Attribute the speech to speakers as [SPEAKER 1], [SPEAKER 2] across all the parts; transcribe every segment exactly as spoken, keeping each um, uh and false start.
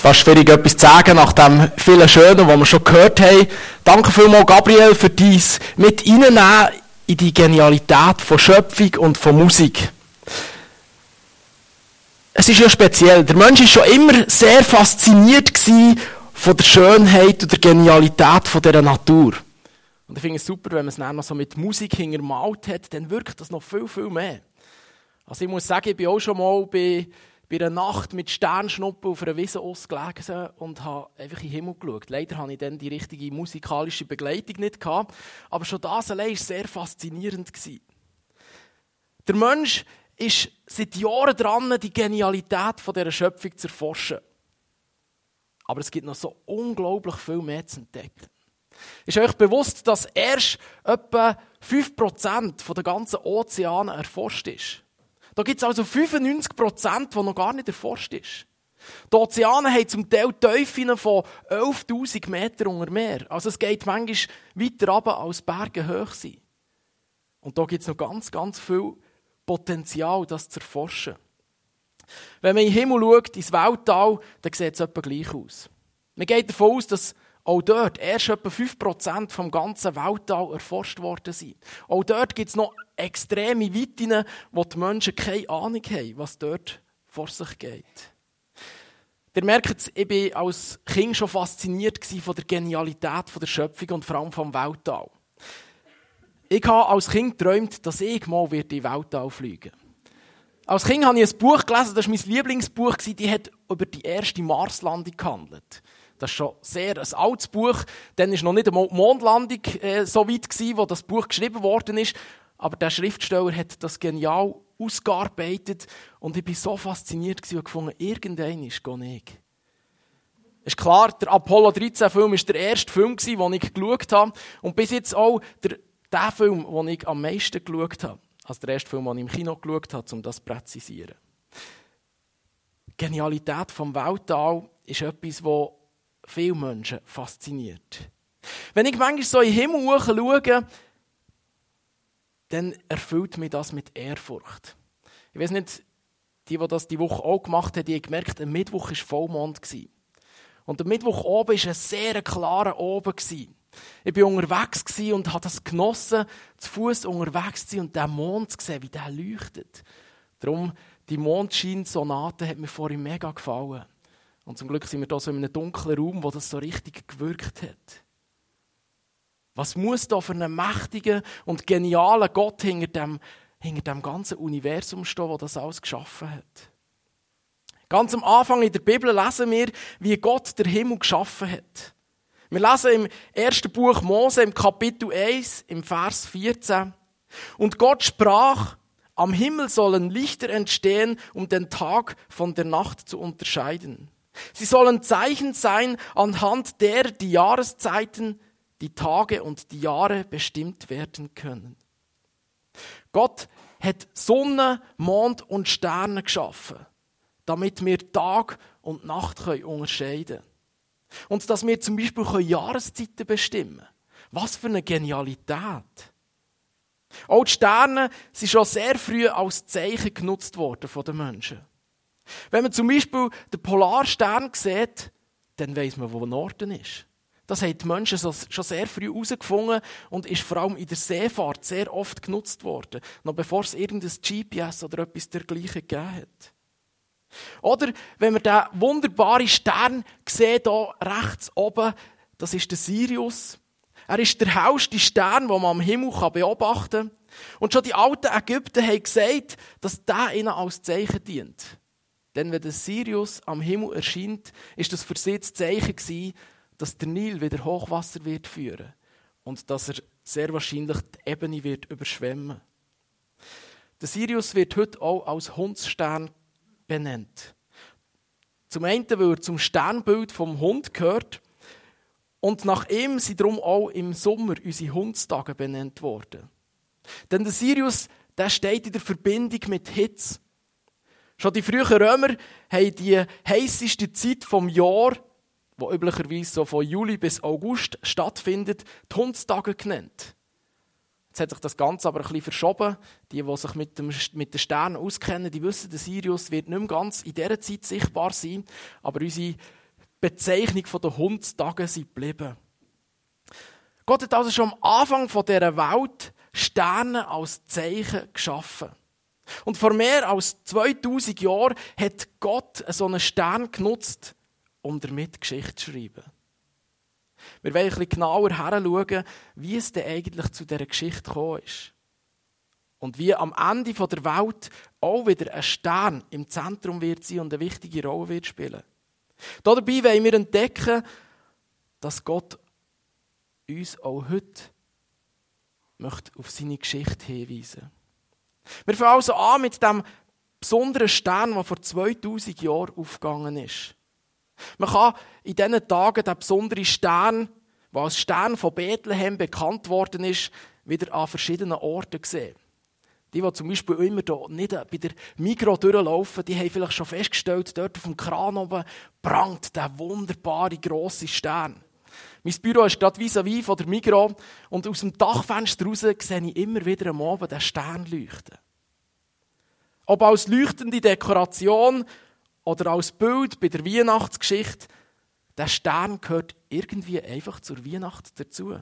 [SPEAKER 1] fast schwierig, etwas zu sagen nach dem vielen Schönen, was wir schon gehört haben. Danke vielmals, Gabriel, für dein mit reinnehmen in die Genialität von Schöpfung und von Musik. Es ist ja speziell. Der Mensch war schon immer sehr fasziniert von der Schönheit und der Genialität von dieser Natur. Und ich finde es super, wenn man es dann noch so mit Musik hintermalt hat, dann wirkt das noch viel, viel mehr. Also ich muss sagen, ich bin auch schon mal bei, bei einer Nacht mit Sternschnuppen auf einer Wiese ausgelegen und habe einfach in den Himmel geschaut. Leider hatte ich dann die richtige musikalische Begleitung nicht gehabt, aber schon das allein war sehr faszinierend. Der Mensch ist seit Jahren dran, die Genialität dieser Schöpfung zu erforschen. Aber es gibt noch so unglaublich viel mehr zu entdecken. Ist euch bewusst, dass erst etwa fünf Prozent der ganzen Ozeane erforscht ist? Da gibt es also fünfundneunzig Prozent, die noch gar nicht erforscht ist. Die Ozeane haben zum Teil Tiefen von elftausend Metern unter Meer. Also es geht manchmal weiter runter, als Berge hoch sind. Und da gibt es noch ganz, ganz viel Potenzial, das zu erforschen. Wenn man in den Himmel schaut, ins Weltall, dann sieht es etwa gleich aus. Man geht davon aus, dass auch dort erst etwa fünf Prozent vom ganzen Weltall erforscht worden sind. Auch dort gibt es noch extreme Weiten, wo die Menschen keine Ahnung haben, was dort vor sich geht. Ihr merkt, ich war als Kind schon fasziniert von der Genialität der Schöpfung und vor allem vom Weltall. Ich habe als Kind geträumt, dass ich mal in die Weltall fliegen werde. Als Kind habe ich ein Buch gelesen, das war mein Lieblingsbuch, die hat über die erste Marslandung gehandelt. Das ist schon sehr ein altes Buch. Dann war noch nicht einmal die Mondlandung äh, so weit gewesen, wo das Buch geschrieben worden ist. Aber der Schriftsteller hat das genial ausgearbeitet. Und ich war so fasziniert und gefunden, irgendwann ist gehe ich. Ist klar, der Apollo dreizehn Film war der erste Film, den ich geschaut habe. Und bis jetzt auch der, der Film, den ich am meisten geschaut habe. Also der erste Film, den ich im Kino geschaut habe, um das zu präzisieren. Die Genialität des Weltall ist etwas, das viele Menschen fasziniert. Wenn ich manchmal so in den Himmel schaue, dann erfüllt mich das mit Ehrfurcht. Ich weiss nicht, die, die das die Woche auch gemacht haben, die haben gemerkt, am Mittwoch war Vollmond. Und am Mittwoch oben war ein sehr klarer Oben. Ich war unterwegs und habe das genossen, zu Fuß unterwegs zu sein und den Mond zu sehen, wie der leuchtet. Darum, die Mondscheinsonate hat mir vorhin mega gefallen. Und zum Glück sind wir hier so in einem dunklen Raum, wo das so richtig gewirkt hat. Was muss da für einen mächtigen und genialen Gott hinter dem, hinter dem ganzen Universum stehen, der das alles geschaffen hat? Ganz am Anfang in der Bibel lesen wir, wie Gott den Himmel geschaffen hat. Wir lesen im ersten Buch Mose, im Kapitel eins, im Vers vierzehn. Und Gott sprach, am Himmel sollen Lichter entstehen, um den Tag von der Nacht zu unterscheiden. Sie sollen Zeichen sein, anhand der die Jahreszeiten, die Tage und die Jahre bestimmt werden können. Gott hat Sonne, Mond und Sterne geschaffen, damit wir Tag und Nacht unterscheiden können. Und dass wir zum Beispiel Jahreszeiten bestimmen können. Was für eine Genialität! Auch die Sterne sind schon sehr früh als Zeichen genutzt worden von den Menschen. Wenn man zum Beispiel den Polarstern sieht, dann weiss man, wo der Norden ist. Das haben die Menschen schon sehr früh herausgefunden und ist vor allem in der Seefahrt sehr oft genutzt worden, noch bevor es irgendein G P S oder etwas dergleichen gegeben hat. Oder wenn wir den wunderbaren Stern sehen, hier rechts oben, das ist der Sirius. Er ist der hellste Stern, den man am Himmel beobachten kann. Und schon die alten Ägypter haben gesagt, dass der ihnen als Zeichen dient. Denn wenn der Sirius am Himmel erscheint, ist das für sie das Zeichen gewesen, dass der Nil wieder Hochwasser wird führen und dass er sehr wahrscheinlich die Ebene wird überschwemmen. Der Sirius wird heute auch als Hundsstern benannt. Zum einen, weil er zum Sternbild vom Hund gehört und nach ihm sind darum auch im Sommer unsere Hundstage benannt worden. Denn der Sirius, der steht in der Verbindung mit Hitze. Schon die frühen Römer haben die heisseste Zeit vom Jahr, die üblicherweise so von Juli bis August stattfindet, die Hundstage genannt. Jetzt hat sich das Ganze aber ein bisschen verschoben. Die, die sich mit, dem, mit den Sternen auskennen, die wissen, der Sirius wird nicht mehr ganz in dieser Zeit sichtbar sein. Aber unsere Bezeichnung der Hundstage sind geblieben. Gott hat also schon am Anfang dieser Welt Sterne als Zeichen geschaffen. Und vor mehr als zweitausend Jahren hat Gott so einen Stern genutzt, um damit Geschichte zu schreiben. Wir wollen ein bisschen genauer hinschauen, wie es denn eigentlich zu dieser Geschichte gekommen ist. Und wie am Ende der Welt auch wieder ein Stern im Zentrum wird sein und eine wichtige Rolle wird spielen. Dabei wollen wir entdecken, dass Gott uns auch heute möchte auf seine Geschichte hinweisen. Wir fangen also an mit dem besonderen Stern, der vor zweitausend Jahren aufgegangen ist. Man kann in diesen Tagen den besonderen Stern, der als Stern von Bethlehem bekannt worden ist, wieder an verschiedenen Orten sehen. Die, die zum Beispiel immer hier nicht bei der Migros durchlaufen, die haben vielleicht schon festgestellt, dort auf dem Kran oben prangt der wunderbare grosse Stern. Mein Büro ist gerade vis-à-vis von der Migros und aus dem Dachfenster raus sehe ich immer wieder am Abend den Stern leuchten. Ob als leuchtende Dekoration oder als Bild bei der Weihnachtsgeschichte, der Stern gehört irgendwie einfach zur Weihnacht dazu.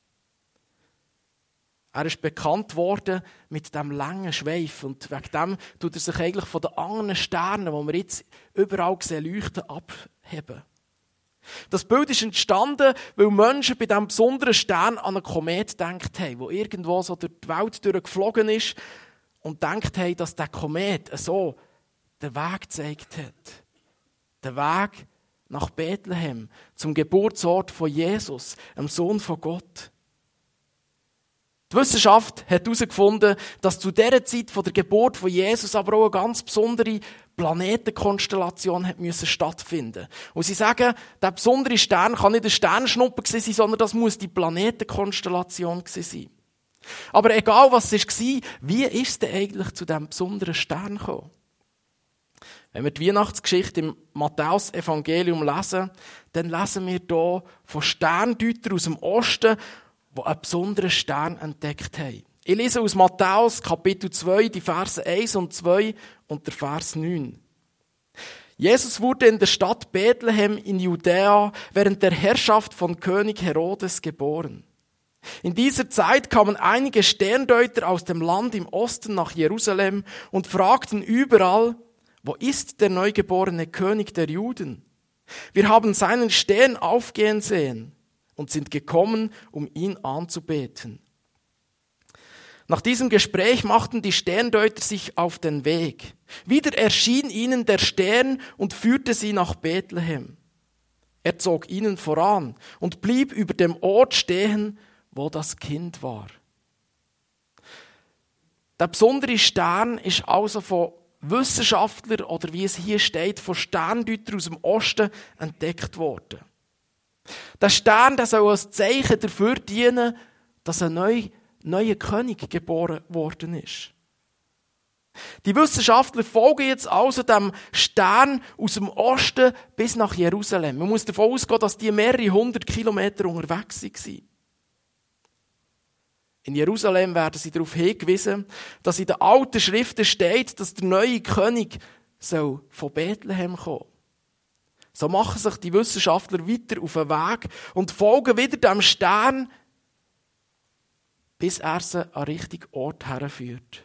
[SPEAKER 1] Er ist bekannt worden mit diesem langen Schweif und wegen dem tut er sich eigentlich von den anderen Sternen, die wir jetzt überall sehen, leuchten, abheben. Das Bild ist entstanden, weil Menschen bei diesem besonderen Stern an einen Komet gedacht haben, der irgendwo so durch die Welt durchgeflogen ist und gedacht haben, dass der Komet so den Weg gezeigt hat. Den Weg nach Bethlehem, zum Geburtsort von Jesus, dem Sohn von Gott. Die Wissenschaft hat herausgefunden, dass zu dieser Zeit von der Geburt von Jesus aber auch eine ganz besondere Planetenkonstellation hat müssen stattfinden. Und sie sagen, der besondere Stern kann nicht ein Sternschnuppe sein, sondern das muss die Planetenkonstellation sein. Aber egal was es war, wie ist es denn eigentlich zu diesem besonderen Stern gekommen? Wenn wir die Weihnachtsgeschichte im Matthäus-Evangelium lesen, dann lesen wir hier von Sterndeutern aus dem Osten, die einen besonderen Stern entdeckt haben. Ich lese aus Matthäus Kapitel zwei, die Verse eins und zwei und der Vers neun. Jesus wurde in der Stadt Bethlehem in Judäa während der Herrschaft von König Herodes geboren. In dieser Zeit kamen einige Sterndeuter aus dem Land im Osten nach Jerusalem und fragten überall, wo ist der neugeborene König der Juden? Wir haben seinen Stern aufgehen sehen und sind gekommen, um ihn anzubeten. Nach diesem Gespräch machten die Sterndeuter sich auf den Weg. Wieder erschien ihnen der Stern und führte sie nach Bethlehem. Er zog ihnen voran und blieb über dem Ort stehen, wo das Kind war. Der besondere Stern ist also von Wissenschaftlern oder wie es hier steht, von Sterndeutern aus dem Osten entdeckt worden. Der Stern, der soll als Zeichen dafür dienen, dass ein neuer, neuer König geboren worden ist. Die Wissenschaftler folgen jetzt also dem Stern aus dem Osten bis nach Jerusalem. Man muss davon ausgehen, dass die mehrere hundert Kilometer unterwegs waren. In Jerusalem werden sie darauf hingewiesen, dass in den alten Schriften steht, dass der neue König soll von Bethlehem kommen. So machen sich die Wissenschaftler weiter auf den Weg und folgen wieder dem Stern, bis er sie an den richtigen Ort herführt.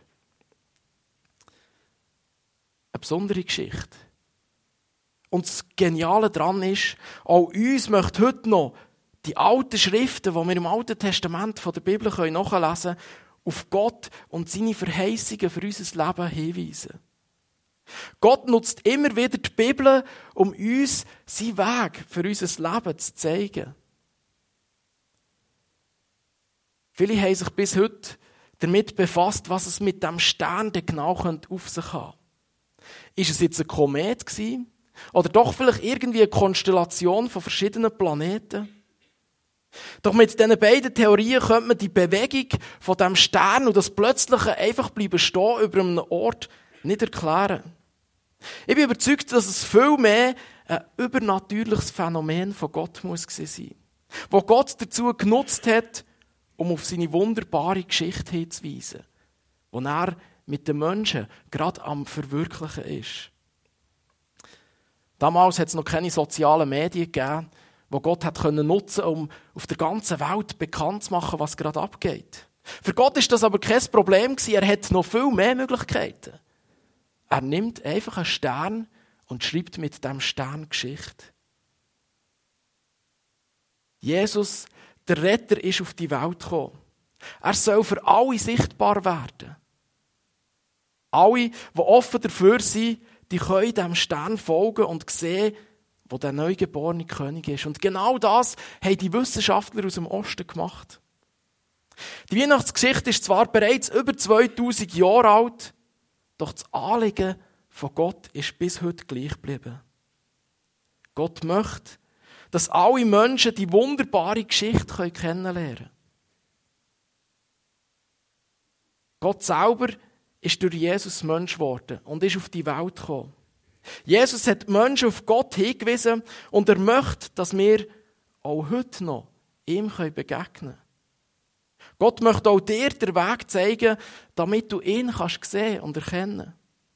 [SPEAKER 1] Eine besondere Geschichte. Und das Geniale daran ist, auch uns möchte heute noch die alten Schriften, die wir im Alten Testament von der Bibel nachlesen können, auf Gott und seine Verheißungen für unser Leben hinweisen. Gott nutzt immer wieder die Bibel, um uns seinen Weg für unser Leben zu zeigen. Viele haben sich bis heute damit befasst, was es mit dem Stern genau auf sich haben könnte. Ist es jetzt ein Komet gewesen? Oder doch vielleicht irgendwie eine Konstellation von verschiedenen Planeten? Doch mit diesen beiden Theorien könnte man die Bewegung von dem Stern und das Plötzliche einfach bleiben stehen über einem Ort nicht erklären. Ich bin überzeugt, dass es viel mehr ein übernatürliches Phänomen von Gott muss sein, wo Gott dazu genutzt hat, um auf seine wunderbare Geschichte hinzuweisen, wo er mit den Menschen gerade am Verwirklichen ist. Damals hat es noch keine sozialen Medien gegeben, die Gott hat können nutzen, um auf der ganzen Welt bekannt zu machen, was gerade abgeht. Für Gott ist das aber kein Problem gewesen. Er hat noch viel mehr Möglichkeiten. Er nimmt einfach einen Stern und schreibt mit dem Stern Geschichte. Jesus, der Retter, ist auf die Welt gekommen. Er soll für alle sichtbar werden. Alle, die offen dafür sind, die können diesem Stern folgen und sehen, wo der neugeborene König ist. Und genau das haben die Wissenschaftler aus dem Osten gemacht. Die Weihnachtsgeschichte ist zwar bereits über zweitausend Jahre alt, doch das Anliegen von Gott ist bis heute gleich geblieben. Gott möchte, dass alle Menschen die wunderbare Geschichte kennenlernen können. Gott selber ist durch Jesus Mensch geworden und ist auf die Welt gekommen. Jesus hat die Menschen auf Gott hingewiesen und er möchte, dass wir auch heute noch ihm begegnen können. Gott möchte auch dir den Weg zeigen, damit du ihn kannst sehen und erkennen.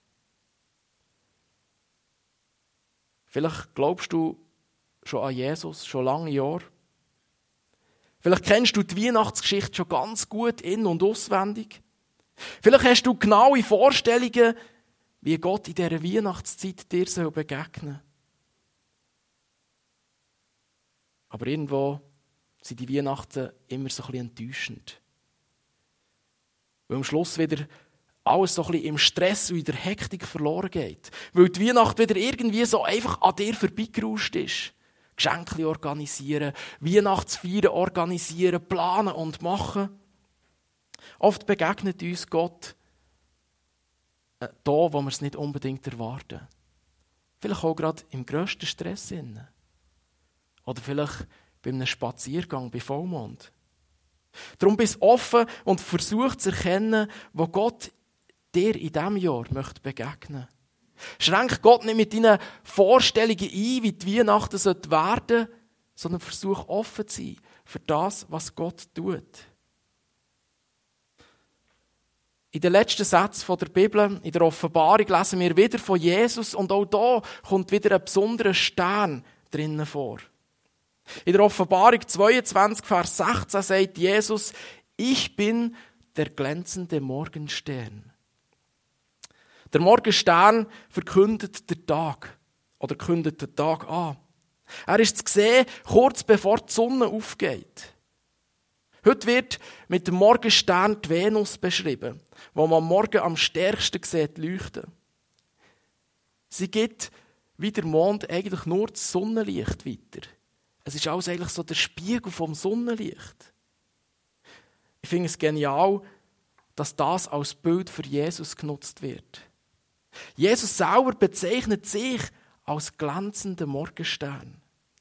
[SPEAKER 1] Vielleicht glaubst du schon an Jesus, schon lange Jahre. Vielleicht kennst du die Weihnachtsgeschichte schon ganz gut in- und auswendig. Vielleicht hast du genaue Vorstellungen, wie Gott in dieser Weihnachtszeit dir begegnen soll. Aber irgendwo sind die Weihnachten immer so ein bisschen enttäuschend. Weil am Schluss wieder alles so ein bisschen im Stress und in der Hektik verloren geht. Weil die Weihnacht wieder irgendwie so einfach an dir vorbeigerauscht ist. Geschenke organisieren, Weihnachtsfeiern organisieren, planen und machen. Oft begegnet uns Gott da, wo wir es nicht unbedingt erwarten. Vielleicht auch gerade im grössten Stress. Oder vielleicht bei einem Spaziergang bei Vollmond. Darum bist offen und versuch zu erkennen, wo Gott dir in diesem Jahr möchte begegnen. Schränk Gott nicht mit deinen Vorstellungen ein, wie die Weihnachten werden sollen, sondern versuch offen zu sein für das, was Gott tut. In den letzten Sätzen der Bibel, in der Offenbarung, lesen wir wieder von Jesus und auch da kommt wieder ein besonderer Stern drinnen vor. In der Offenbarung zweiundzwanzig, Vers sechzehn sagt Jesus, ich bin der glänzende Morgenstern. Der Morgenstern verkündet den Tag oder kündet den Tag an. Er ist zu sehen, kurz bevor die Sonne aufgeht. Heute wird mit dem Morgenstern die Venus beschrieben, wo man am Morgen am stärksten sieht leuchten. Sie gibt wie der Mond eigentlich nur das Sonnenlicht weiter. Es ist alles eigentlich so der Spiegel vom Sonnenlicht. Ich finde es genial, dass das als Bild für Jesus genutzt wird. Jesus selber bezeichnet sich als glänzender Morgenstern.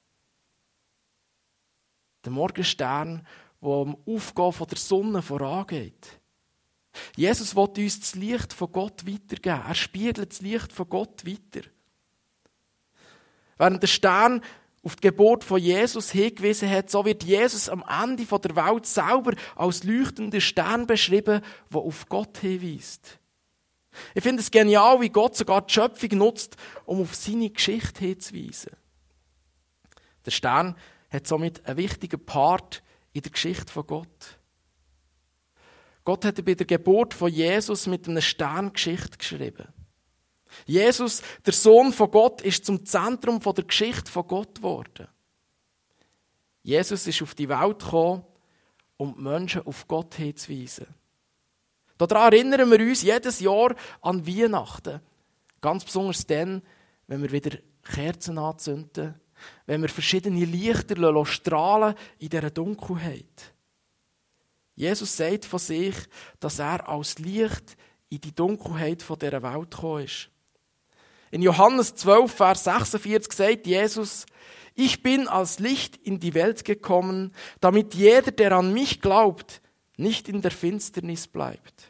[SPEAKER 1] Der Morgenstern, der am Aufgehen von der Sonne vorangeht. Jesus will uns das Licht von Gott weitergeben. Er spiegelt das Licht von Gott weiter. Während der Stern auf die Geburt von Jesus hingewiesen hat, so wird Jesus am Ende der Welt selber als leuchtender Stern beschrieben, der auf Gott hinweist. Ich finde es genial, wie Gott sogar die Schöpfung nutzt, um auf seine Geschichte hinzuweisen. Der Stern hat somit einen wichtigen Part in der Geschichte von Gott. Gott hat bei der Geburt von Jesus mit einem Stern Geschichte geschrieben. Jesus, der Sohn von Gott, ist zum Zentrum der Geschichte von Gott geworden. Jesus ist auf die Welt gekommen, um die Menschen auf Gott hinzuweisen. Daran erinnern wir uns jedes Jahr an Weihnachten. Ganz besonders dann, wenn wir wieder Kerzen anzünden, wenn wir verschiedene Lichter strahlen in dieser Dunkelheit. Jesus sagt von sich, dass er als Licht in die Dunkelheit dieser Welt gekommen ist. In Johannes zwölf, Vers sechsundvierzig sagt Jesus, ich bin als Licht in die Welt gekommen, damit jeder, der an mich glaubt, nicht in der Finsternis bleibt.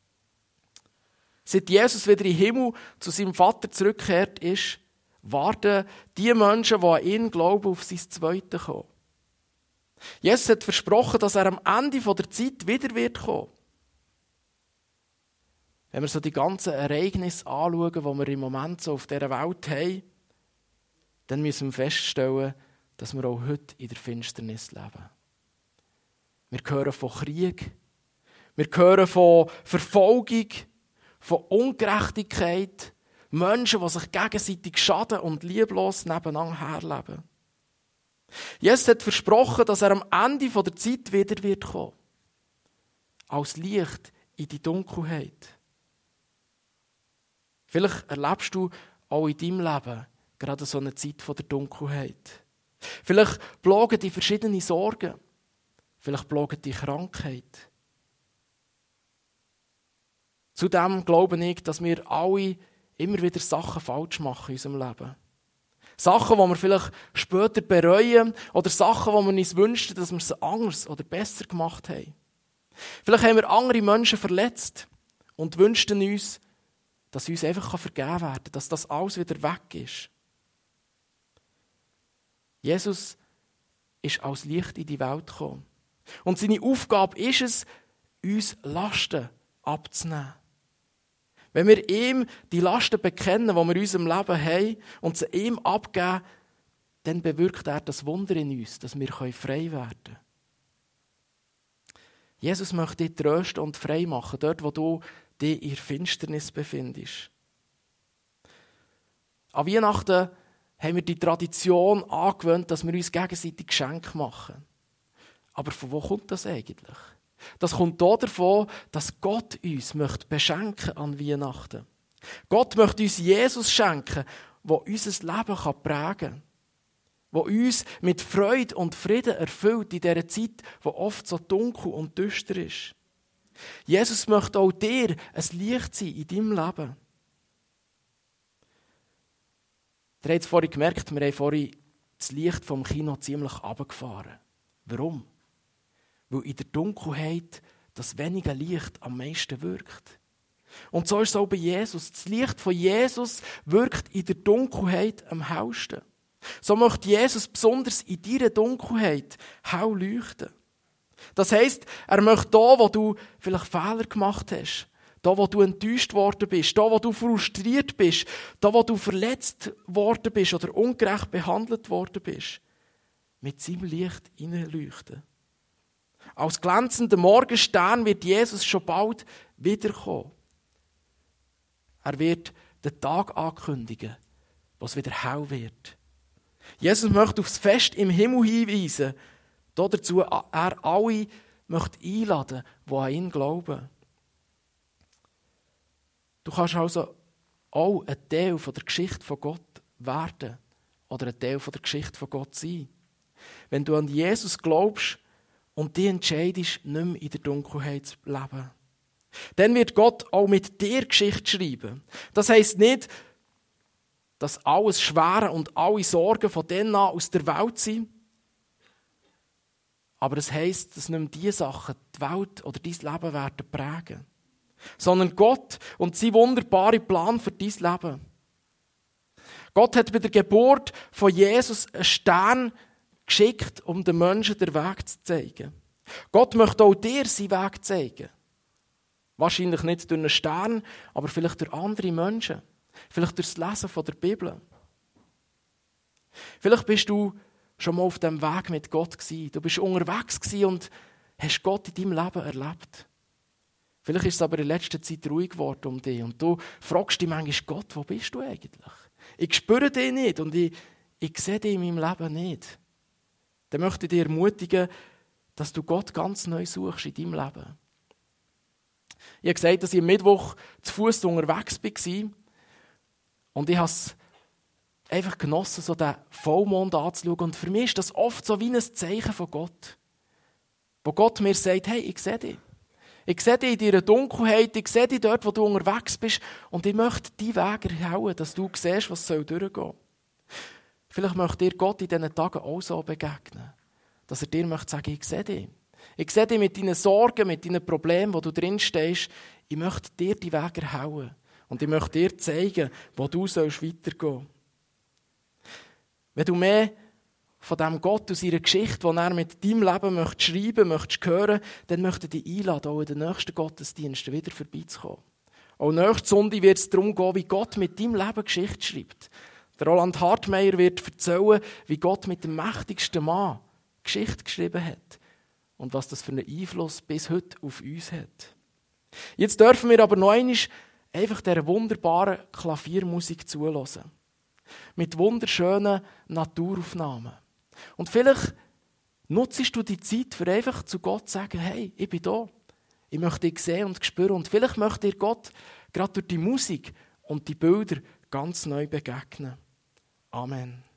[SPEAKER 1] Seit Jesus wieder im Himmel zu seinem Vater zurückgekehrt ist, warten die Menschen, die an ihn glauben, auf sein Zweites kommen. Jesus hat versprochen, dass er am Ende der Zeit wieder wird kommen. Wenn wir so die ganzen Ereignisse anschauen, die wir im Moment so auf dieser Welt haben, dann müssen wir feststellen, dass wir auch heute in der Finsternis leben. Wir hören von Krieg, wir hören von Verfolgung, von Ungerechtigkeit, Menschen, die sich gegenseitig schaden und lieblos nebeneinander herleben. Jesus hat versprochen, dass er am Ende der Zeit wieder wird kommen. Als Licht in die Dunkelheit. Vielleicht erlebst du auch in deinem Leben gerade so eine Zeit der Dunkelheit. Vielleicht plagen dich verschiedene Sorgen. Vielleicht plagen dich Krankheit. Zudem glaube ich, dass wir alle immer wieder Sachen falsch machen in unserem Leben. Sachen, die wir vielleicht später bereuen oder Sachen, die wir uns wünschen, dass wir sie anders oder besser gemacht haben. Vielleicht haben wir andere Menschen verletzt und wünschten uns, dass uns einfach vergeben werden kann, dass das alles wieder weg ist. Jesus ist als Licht in die Welt gekommen. Und seine Aufgabe ist es, uns Lasten abzunehmen. Wenn wir ihm die Lasten bekennen, die wir in unserem Leben haben, und sie ihm abgeben, dann bewirkt er das Wunder in uns, dass wir frei werden können. Jesus möchte dich trösten und frei machen, dort wo du dich in der Finsternis befindest. An Weihnachten haben wir die Tradition angewöhnt, dass wir uns gegenseitig Geschenke machen. Aber von wo kommt das eigentlich? Das kommt hier davon, dass Gott uns möchte beschenken an Weihnachten. Gott möchte uns Jesus schenken, der unser Leben prägen kann. Der uns mit Freude und Frieden erfüllt in dieser Zeit, die oft so dunkel und düster ist. Jesus möchte auch dir ein Licht sein in deinem Leben. Ihr habt es vorhin gemerkt, wir haben vorhin das Licht vom Kino ziemlich runtergefahren. Warum? Weil in der Dunkelheit das wenige Licht am meisten wirkt. Und so ist es auch bei Jesus. Das Licht von Jesus wirkt in der Dunkelheit am hellsten. So möchte Jesus besonders in deiner Dunkelheit hell leuchten. Das heisst, er möchte da, wo du vielleicht Fehler gemacht hast, da, wo du enttäuscht worden bist, da, wo du frustriert bist, da, wo du verletzt worden bist oder ungerecht behandelt worden bist, mit seinem Licht hineinleuchten. Als glänzender Morgenstern wird Jesus schon bald wiederkommen. Er wird den Tag ankündigen, wo es wieder hell wird. Jesus möchte aufs Fest im Himmel hinweisen, dazu er alle möchte einladen, die an ihn glauben. Du kannst also auch ein Teil von der Geschichte von Gott werden oder ein Teil von der Geschichte von Gott sein. Wenn du an Jesus glaubst und dich entscheidest, nicht mehr in der Dunkelheit zu leben, dann wird Gott auch mit dir Geschichte schreiben. Das heisst nicht, dass alles Schwere und alle Sorgen von denen an aus der Welt sind. Aber es heisst, dass nicht mehr diese Sachen die Welt oder dein Leben werden prägen. Sondern Gott und sein wunderbarer Plan für dein Leben. Gott hat bei der Geburt von Jesus einen Stern geschickt, um den Menschen den Weg zu zeigen. Gott möchte auch dir seinen Weg zeigen. Wahrscheinlich nicht durch einen Stern, aber vielleicht durch andere Menschen. Vielleicht durch das Lesen von der Bibel. Vielleicht bist du schon mal auf diesem Weg mit Gott gewesen. Du bist unterwegs gewesen und hast Gott in deinem Leben erlebt. Vielleicht ist es aber in letzter Zeit ruhig geworden um dich und du fragst dich manchmal, Gott, wo bist du eigentlich? Ich spüre dich nicht und ich, ich sehe dich in meinem Leben nicht. Dann möchte ich dich ermutigen, dass du Gott ganz neu suchst in deinem Leben. Ich habe gesagt, dass ich am Mittwoch zu Fuß unterwegs war. Und ich habe es einfach genossen, so den Vollmond anzuschauen. Und für mich ist das oft so wie ein Zeichen von Gott. Wo Gott mir sagt, hey, ich sehe dich. Ich sehe dich in deiner Dunkelheit, ich sehe dich dort, wo du unterwegs bist. Und ich möchte deinen Weg erhellen, dass du siehst, was soll durchgehen soll. Vielleicht möchte dir Gott in diesen Tagen auch so begegnen. Dass er dir möchte sagen, ich sehe dich. Ich sehe dich mit deinen Sorgen, mit deinen Problemen, wo du drin stehst. Ich möchte dir die Wege erhellen. Und ich möchte dir zeigen, wo du sollst weitergehen. Wenn du mehr von diesem Gott aus seiner Geschichte, die er mit deinem Leben möchte schreiben möchte, hören, dann möchte ich dich einladen, auch in den nächsten Gottesdiensten wieder vorbeizukommen. Auch nächste Sonntag wird es darum gehen, wie Gott mit deinem Leben Geschichte schreibt. Der Roland Hartmeier wird erzählen, wie Gott mit dem mächtigsten Mann Geschichte geschrieben hat und was das für einen Einfluss bis heute auf uns hat. Jetzt dürfen wir aber noch einmal einfach dieser wunderbaren Klaviermusik zuhören. Mit wunderschönen Naturaufnahmen. Und vielleicht nutzt du die Zeit, für einfach zu Gott zu sagen, hey, ich bin da. Ich möchte dich sehen und spüren. Und vielleicht möchte dir Gott gerade durch die Musik und die Bilder ganz neu begegnen. Amen.